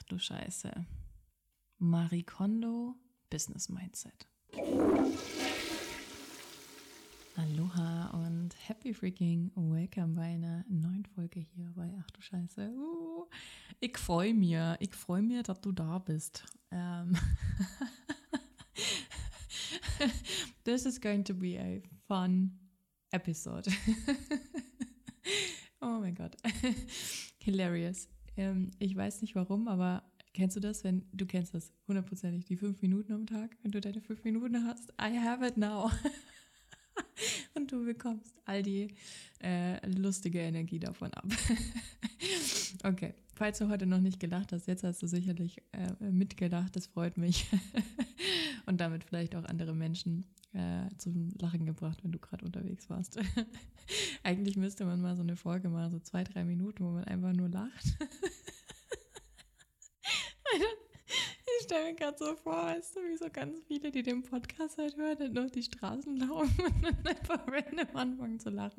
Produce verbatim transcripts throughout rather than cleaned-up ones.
du Scheiße. Marie Kondo, Business Mindset. Aloha und happy freaking welcome bei einer neuen Folge hier bei Ach du Scheiße. Uh, ich freue mich, ich freue mich, dass du da bist. Um, This is going to be a fun episode. Oh mein Gott. Hilarious. Ähm, ich weiß nicht warum, aber kennst du das, wenn, du kennst das hundertprozentig, die fünf Minuten am Tag, wenn du deine fünf Minuten hast? I have it now. Und du bekommst all die äh, lustige Energie davon ab. Okay, falls du heute noch nicht gelacht hast, jetzt hast du sicherlich äh, mitgelacht, das freut mich. Und damit vielleicht auch andere Menschen äh, zum Lachen gebracht, wenn du gerade unterwegs warst. Eigentlich müsste man mal so eine Folge machen, so zwei, drei Minuten, wo man einfach nur lacht. Ich stelle mir gerade so vor, weißt du, wie so ganz viele, die den Podcast halt hören, dann durch die Straßen laufen und dann einfach random anfangen zu lachen.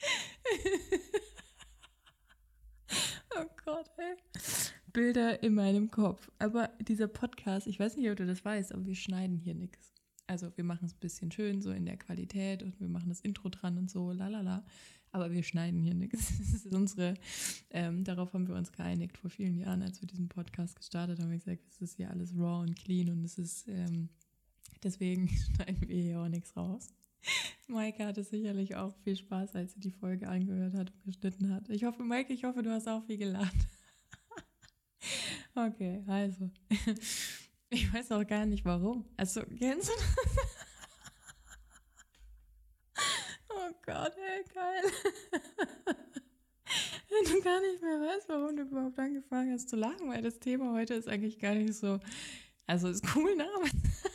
Oh Gott, ey. Bilder in meinem Kopf. Aber dieser Podcast, ich weiß nicht, ob du das weißt, aber wir schneiden hier nichts. Also wir machen es ein bisschen schön, so in der Qualität und wir machen das Intro dran und so, lalala. Aber wir schneiden hier nichts. Das ist unsere, ähm, darauf haben wir uns geeinigt vor vielen Jahren, als wir diesen Podcast gestartet haben. Wir gesagt, es ist hier alles raw und clean und es ist, ähm, deswegen schneiden wir hier auch nichts raus. Maike hatte sicherlich auch viel Spaß, als sie die Folge angehört hat und geschnitten hat. Ich hoffe, Maike, ich hoffe, du hast auch viel gelacht. Okay, also. Ich weiß auch gar nicht, warum. Also, kennst du das? Oh Gott, ey, geil. Wenn du gar nicht mehr weißt, warum du überhaupt angefangen hast zu lachen, weil das Thema heute ist eigentlich gar nicht so, also ist cool, ne? Aber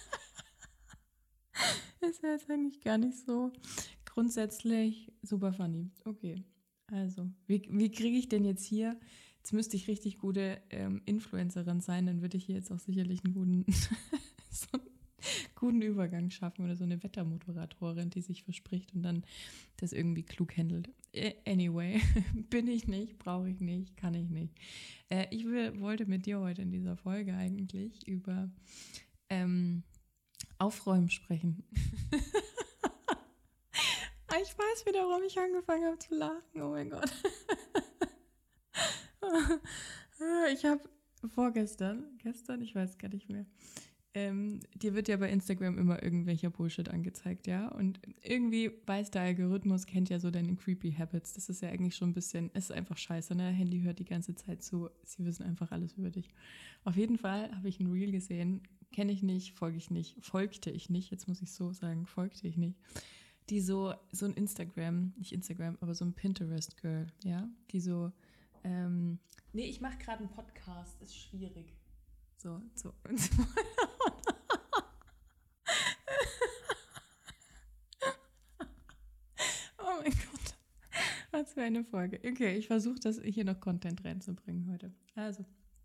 ist ja jetzt eigentlich gar nicht so grundsätzlich super funny. Okay, also, wie, wie kriege ich denn jetzt hier, jetzt müsste ich richtig gute ähm, Influencerin sein, dann würde ich hier jetzt auch sicherlich einen guten, so einen guten Übergang schaffen oder so eine Wettermoderatorin, die sich verspricht und dann das irgendwie klug handelt. Anyway, bin ich nicht, brauche ich nicht, kann ich nicht. Äh, ich will, wollte mit dir heute in dieser Folge eigentlich über ähm, Aufräumen sprechen. Ich weiß wieder, warum ich angefangen habe zu lachen. Oh mein Gott. Ich habe vorgestern, gestern, ich weiß gar nicht mehr, ähm, dir wird ja bei Instagram immer irgendwelcher Bullshit angezeigt, ja? Und irgendwie weiß der Algorithmus, kennt ja so deine creepy Habits. Das ist ja eigentlich schon ein bisschen, ist einfach scheiße, ne? Handy hört die ganze Zeit zu, sie wissen einfach alles über dich. Auf jeden Fall habe ich ein Reel gesehen, kenne ich nicht, folge ich nicht, folgte ich nicht, jetzt muss ich so sagen, folgte ich nicht. Die so, so ein Instagram, nicht Instagram, aber so ein Pinterest-Girl, ja, die so, ähm, nee, ich mache gerade einen Podcast, ist schwierig. So, so. Und so. Oh mein Gott, was für eine Folge. Okay, ich versuche, das hier noch Content reinzubringen heute. Also,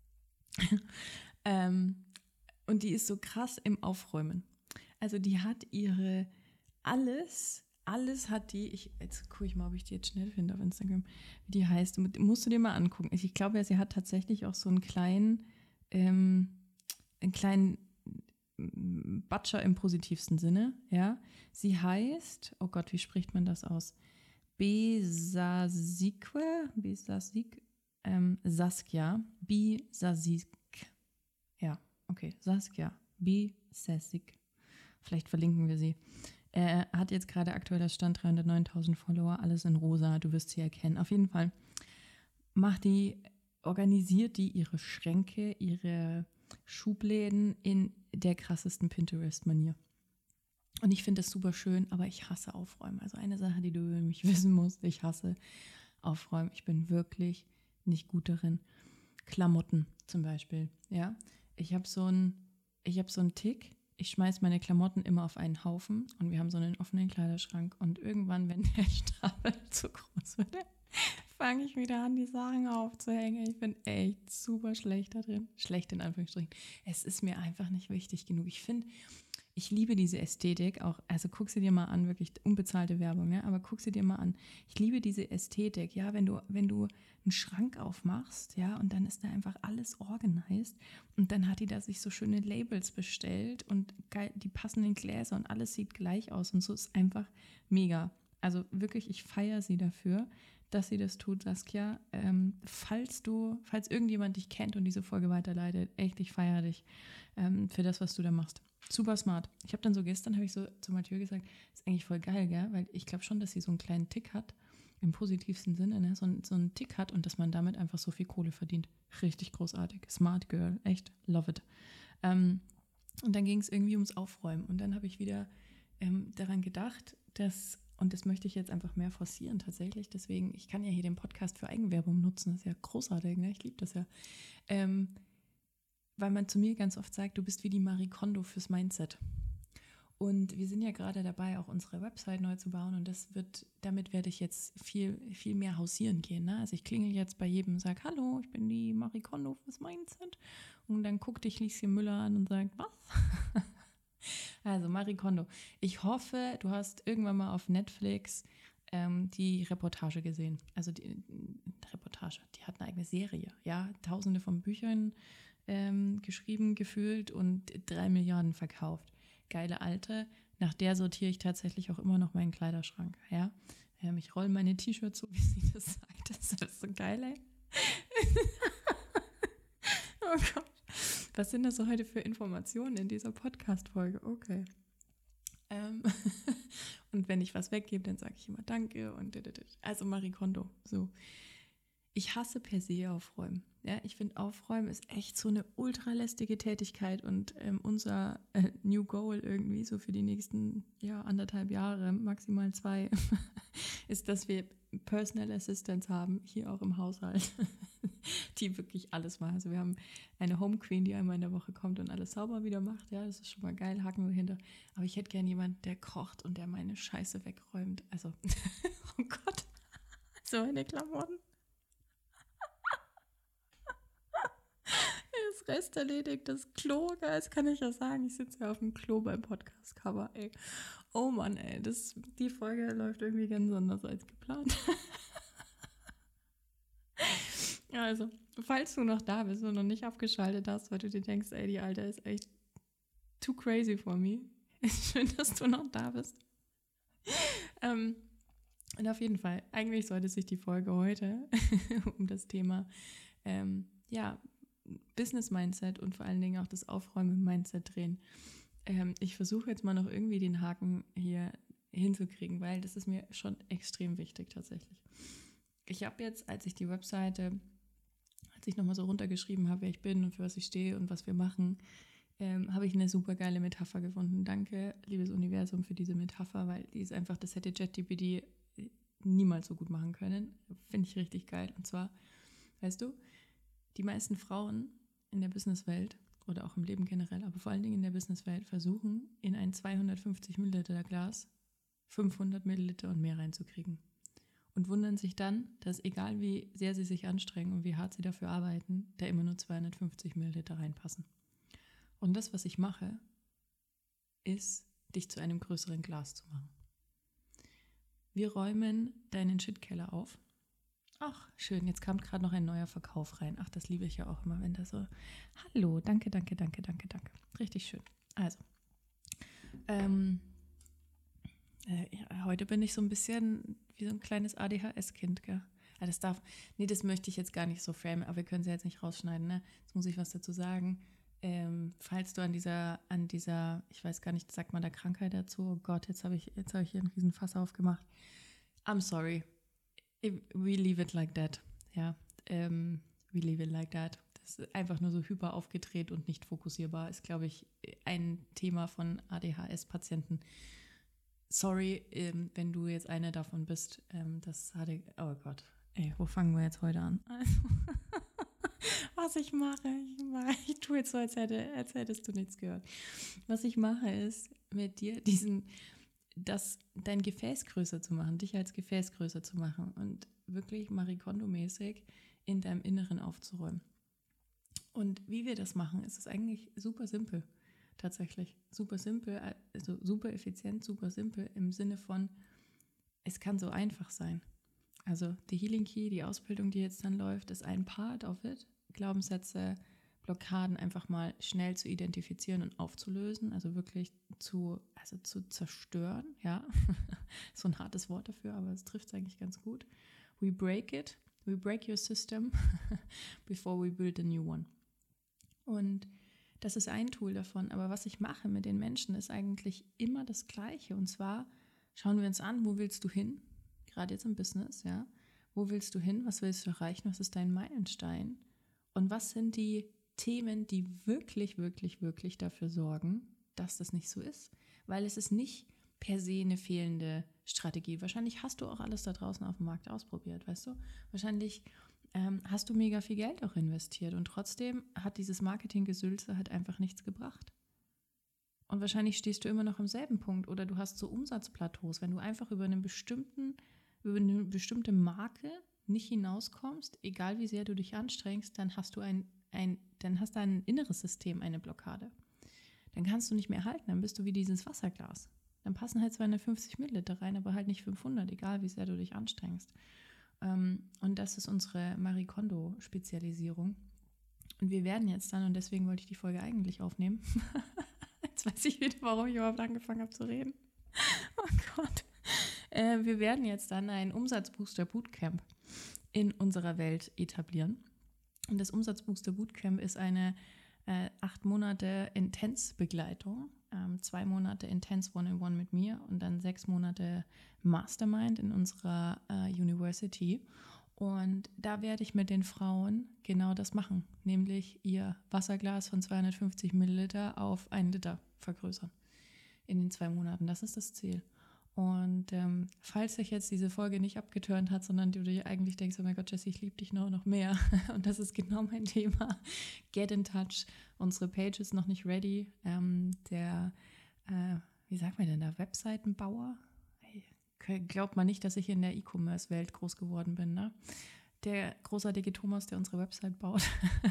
ähm, und die ist so krass im Aufräumen. Also die hat ihre Alles, alles hat die, ich, jetzt gucke ich mal, ob ich die jetzt schnell finde auf Instagram, wie die heißt, musst du dir mal angucken. Ich glaube, sie hat tatsächlich auch so einen kleinen, ähm, einen kleinen Batscher im positivsten Sinne, ja. Sie heißt, oh Gott, wie spricht man das aus? Besasikwe, Besasik, ähm, Saskia, Bisasik, ja, okay, Saskia, Bisasik, vielleicht verlinken wir sie. Er hat jetzt gerade aktueller Stand dreihundertneuntausend Follower, alles in rosa, du wirst sie erkennen. Auf jeden Fall macht die, organisiert die ihre Schränke, ihre Schubläden in der krassesten Pinterest-Manier. Und ich finde das super schön, aber ich hasse Aufräumen. Also eine Sache, die du über mich wissen musst, ich hasse Aufräumen. Ich bin wirklich nicht gut darin. Klamotten zum Beispiel, ja. Ich habe so einen, ich habe so einen Tick. Ich schmeiße meine Klamotten immer auf einen Haufen und wir haben so einen offenen Kleiderschrank und irgendwann, wenn der Stapel zu groß wird, fange ich wieder an, die Sachen aufzuhängen. Ich bin echt super schlecht da drin. Schlecht in Anführungsstrichen. Es ist mir einfach nicht wichtig genug. Ich finde, ich liebe diese Ästhetik auch. Also guck sie dir mal an, wirklich unbezahlte Werbung, ja, aber guck sie dir mal an. Ich liebe diese Ästhetik, ja, wenn du, wenn du einen Schrank aufmachst, ja, und dann ist da einfach alles organisiert und dann hat die da sich so schöne Labels bestellt und geil, die passenden Gläser und alles sieht gleich aus und so ist einfach mega. Also wirklich, ich feiere sie dafür, dass sie das tut, Saskia. Ähm, falls du, falls irgendjemand dich kennt und diese Folge weiterleitet, echt, ich feiere dich ähm, für das, was du da machst. Super smart. Ich habe dann so gestern, habe ich so zu Mathieu gesagt, ist eigentlich voll geil, gell? Weil ich glaube schon, dass sie so einen kleinen Tick hat, im positivsten Sinne, ne? so, so einen Tick hat und dass man damit einfach so viel Kohle verdient. Richtig großartig. Smart Girl. Echt. Love it. Ähm, und dann ging es irgendwie ums Aufräumen. Und dann habe ich wieder ähm, daran gedacht, dass, und das möchte ich jetzt einfach mehr forcieren tatsächlich, deswegen, ich kann ja hier den Podcast für Eigenwerbung nutzen, das ist ja großartig, ne? Ich liebe das ja. Ähm, weil man zu mir ganz oft sagt, du bist wie die Marie Kondo fürs Mindset. Und wir sind ja gerade dabei, auch unsere Website neu zu bauen und das wird, damit werde ich jetzt viel, viel mehr hausieren gehen. Ne? Also ich klingel jetzt bei jedem und sage, hallo, ich bin die Marie Kondo fürs Mindset. Und dann guckt dich Lieschen Müller an und sagt, was? Also Marie Kondo. Ich hoffe, du hast irgendwann mal auf Netflix ähm, die Reportage gesehen. Also die, die Reportage, die hat eine eigene Serie. Ja, tausende von Büchern ähm, geschrieben, gefühlt und drei Milliarden verkauft. Geile Alte, nach der sortiere ich tatsächlich auch immer noch meinen Kleiderschrank. Ja? Ähm, ich rolle meine T-Shirts so, wie sie das sagt. Das ist so geil, ey. Oh Gott. Was sind das so heute für Informationen in dieser Podcast-Folge? Okay. Ähm und wenn ich was weggebe, dann sage ich immer Danke und also Marie Kondo. So. Ich hasse per se Aufräumen. Ja, ich finde, Aufräumen ist echt so eine ultralästige Tätigkeit und ähm, unser äh, New Goal irgendwie so für die nächsten ja, anderthalb Jahre, maximal zwei, ist, dass wir Personal Assistants haben, hier auch im Haushalt, die wirklich alles machen. Also wir haben eine Home Queen, die einmal in der Woche kommt und alles sauber wieder macht. Ja, das ist schon mal geil, haken wir hinter. Aber ich hätte gern jemanden, der kocht und der meine Scheiße wegräumt. Also, oh Gott, so meine Klamotten. Das Rest erledigt, das Klo, das kann ich ja sagen. Ich sitze ja auf dem Klo beim Podcast-Cover, ey. Oh Mann, ey, das, die Folge läuft irgendwie ganz anders als geplant. Also, falls du noch da bist und noch nicht abgeschaltet hast, weil du dir denkst, ey, die Alte ist echt too crazy for me. Schön, dass du noch da bist. ähm, und auf jeden Fall, eigentlich sollte sich die Folge heute um das Thema, ähm, ja, Business-Mindset und vor allen Dingen auch das Aufräumen-Mindset drehen. Ähm, ich versuche jetzt mal noch irgendwie den Haken hier hinzukriegen, weil das ist mir schon extrem wichtig tatsächlich. Ich habe jetzt, als ich die Webseite, als ich nochmal so runtergeschrieben habe, wer ich bin und für was ich stehe und was wir machen, ähm, habe ich eine super geile Metapher gefunden. Danke, liebes Universum, für diese Metapher, weil die ist einfach, das hätte ChatGPT niemals so gut machen können. Finde ich richtig geil. Und zwar, weißt du, die meisten Frauen in der Businesswelt oder auch im Leben generell, aber vor allen Dingen in der Businesswelt versuchen, in ein zweihundertfünfzig Milliliter Glas fünfhundert Milliliter und mehr reinzukriegen. Und wundern sich dann, dass egal wie sehr sie sich anstrengen und wie hart sie dafür arbeiten, da immer nur zweihundertfünfzig Milliliter reinpassen. Und das, was ich mache, ist, dich zu einem größeren Glas zu machen. Wir räumen deinen Shitkeller auf. Ach, schön, jetzt kam gerade noch ein neuer Verkauf rein. Ach, das liebe ich ja auch immer, wenn da so, hallo, danke, danke, danke, danke, danke. Richtig schön. Also, ähm, äh, ja, heute bin ich so ein bisschen wie so ein kleines A D H S-Kind, gell? Ja, das darf, nee, das möchte ich jetzt gar nicht so framen, aber wir können es ja jetzt nicht rausschneiden, ne? Jetzt muss ich was dazu sagen. Ähm, falls du an dieser, an dieser, ich weiß gar nicht, sagt man da Krankheit dazu? Oh Gott, jetzt habe ich, jetzt habe ich hier einen riesen Fass aufgemacht. I'm sorry. We leave it like that. Ja, ähm, we leave it like that. Das ist einfach nur so hyper aufgedreht und nicht fokussierbar. Ist, glaube ich, ein Thema von A D H S-Patienten. Sorry, ähm, wenn du jetzt eine davon bist. Ähm, das hatte, oh Gott, ey, wo fangen wir jetzt heute an? Also, was ich mache, ich, mache, ich tue jetzt so, als, hätte, als hättest du nichts gehört. Was ich mache, ist mit dir diesen, das, dein Gefäß größer zu machen, dich als Gefäß größer zu machen. Und wirklich Marie Kondo-mäßig in deinem Inneren aufzuräumen. Und wie wir das machen, ist es eigentlich super simpel, tatsächlich. Super simpel, also super effizient, super simpel im Sinne von, es kann so einfach sein. Also die Healing Key, die Ausbildung, die jetzt dann läuft, ist ein Part of it. Glaubenssätze, Blockaden einfach mal schnell zu identifizieren und aufzulösen, also wirklich zu, also zu zerstören, ja. So ein hartes Wort dafür, aber es trifft es eigentlich ganz gut. We break it, we break your system before we build a new one. Und das ist ein Tool davon, aber was ich mache mit den Menschen ist eigentlich immer das Gleiche, und zwar schauen wir uns an, wo willst du hin, gerade jetzt im Business, ja, wo willst du hin, was willst du erreichen, was ist dein Meilenstein und was sind die Themen, die wirklich, wirklich, wirklich dafür sorgen, dass das nicht so ist, weil es ist nicht per se eine fehlende Strategie. Wahrscheinlich hast du auch alles da draußen auf dem Markt ausprobiert, weißt du? Wahrscheinlich ähm, hast du mega viel Geld auch investiert und trotzdem hat dieses Marketinggesülze halt einfach nichts gebracht. Und wahrscheinlich stehst du immer noch am selben Punkt oder du hast so Umsatzplateaus, wenn du einfach über einen bestimmten, über eine bestimmte Marke nicht hinauskommst, egal wie sehr du dich anstrengst, dann hast du ein, ein, dann hast du ein inneres System, eine Blockade. Dann kannst du nicht mehr halten, dann bist du wie dieses Wasserglas. Dann passen halt zweihundertfünfzig Milliliter rein, aber halt nicht fünfhundert, egal wie sehr du dich anstrengst. Und das ist unsere Marie Kondo-Spezialisierung. Und wir werden jetzt dann, und deswegen wollte ich die Folge eigentlich aufnehmen, jetzt weiß ich wieder, warum ich überhaupt angefangen habe zu reden. Oh Gott. Äh, wir werden jetzt dann ein Umsatzbooster Bootcamp in unserer Welt etablieren. Und das Umsatzbooster Bootcamp ist eine äh, acht Monate Intensbegleitung, ähm, zwei Monate Intense One-on-One mit mir und dann sechs Monate Mastermind in unserer äh, University. Und da werde ich mit den Frauen genau das machen, nämlich ihr Wasserglas von zweihundertfünfzig Milliliter auf einen Liter vergrößern in den zwei Monaten. Das ist das Ziel. Und ähm, falls sich jetzt diese Folge nicht abgeturnt hat, sondern du dir eigentlich denkst, oh mein Gott, Jessie, ich liebe dich noch, noch mehr. Und das ist genau mein Thema. Get in touch. Unsere Page ist noch nicht ready. Ähm, der, äh, wie sagt man denn, der Webseitenbauer? Glaubt man nicht, dass ich in der E-Commerce-Welt groß geworden bin, ne? Der großartige Thomas, der unsere Website baut,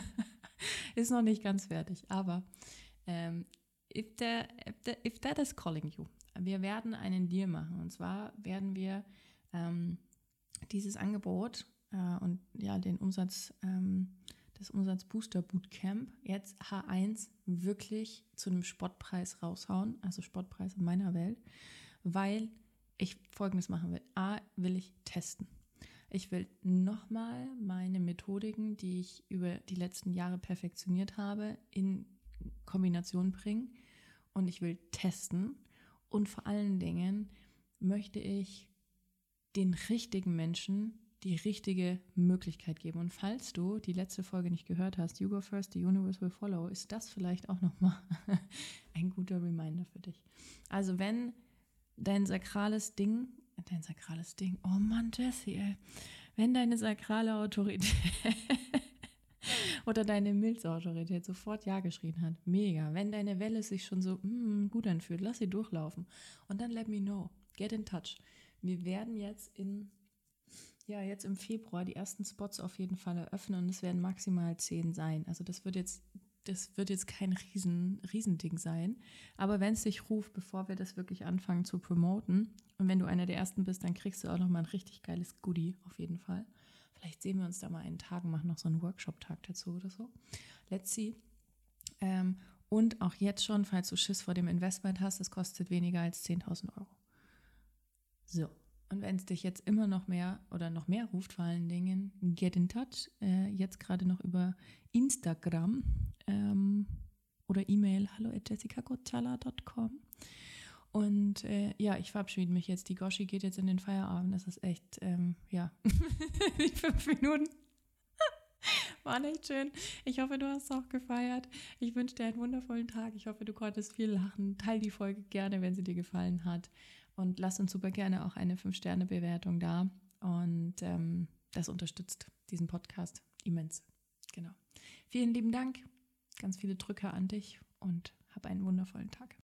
ist noch nicht ganz fertig. Aber ähm, if, the, if, the, if that is calling you, wir werden einen Deal machen. Und zwar werden wir ähm, dieses Angebot äh, und ja den Umsatz, ähm, das Umsatzbooster Bootcamp jetzt H eins wirklich zu einem Spottpreis raushauen, also Spottpreis in meiner Welt, weil ich Folgendes machen will. A, will ich testen. Ich will nochmal meine Methodiken, die ich über die letzten Jahre perfektioniert habe, in Kombination bringen. Und ich will testen. Und vor allen Dingen möchte ich den richtigen Menschen die richtige Möglichkeit geben. Und falls du die letzte Folge nicht gehört hast, You Go First, the Universe will follow, ist das vielleicht auch nochmal ein guter Reminder für dich. Also wenn dein sakrales Ding, dein sakrales Ding, oh Mann, Jessie, ey, wenn deine sakrale Autorität oder deine Milzautorität sofort Ja geschrien hat, mega. Wenn deine Welle sich schon so mm, gut anfühlt, lass sie durchlaufen und dann let me know, get in touch. Wir werden jetzt in, ja, jetzt im Februar die ersten Spots auf jeden Fall eröffnen und es werden maximal zehn sein. Also das wird jetzt Das wird jetzt kein Riesen, Riesending sein, aber wenn es dich ruft, bevor wir das wirklich anfangen zu promoten und wenn du einer der Ersten bist, dann kriegst du auch nochmal ein richtig geiles Goodie auf jeden Fall. Vielleicht sehen wir uns da mal einen Tag und machen noch so einen Workshop-Tag dazu oder so. Let's see. Ähm, und auch jetzt schon, falls du Schiss vor dem Investment hast, das kostet weniger als zehntausend Euro. So. Und wenn es dich jetzt immer noch mehr oder noch mehr ruft, vor allen Dingen, get in touch. Äh, jetzt gerade noch über Instagram ähm, oder E-Mail hallo at jessica gotala dot com. Und äh, ja, ich verabschiede mich jetzt. Die Goshi geht jetzt in den Feierabend. Das ist echt, ähm, ja, die fünf Minuten waren echt schön. Ich hoffe, du hast es auch gefeiert. Ich wünsche dir einen wundervollen Tag. Ich hoffe, du konntest viel lachen. Teil die Folge gerne, wenn sie dir gefallen hat. Und lass uns super gerne auch eine fünf Sterne Bewertung da. Und ähm, das unterstützt diesen Podcast immens. Genau. Vielen lieben Dank. Ganz viele Drücker an dich und hab einen wundervollen Tag.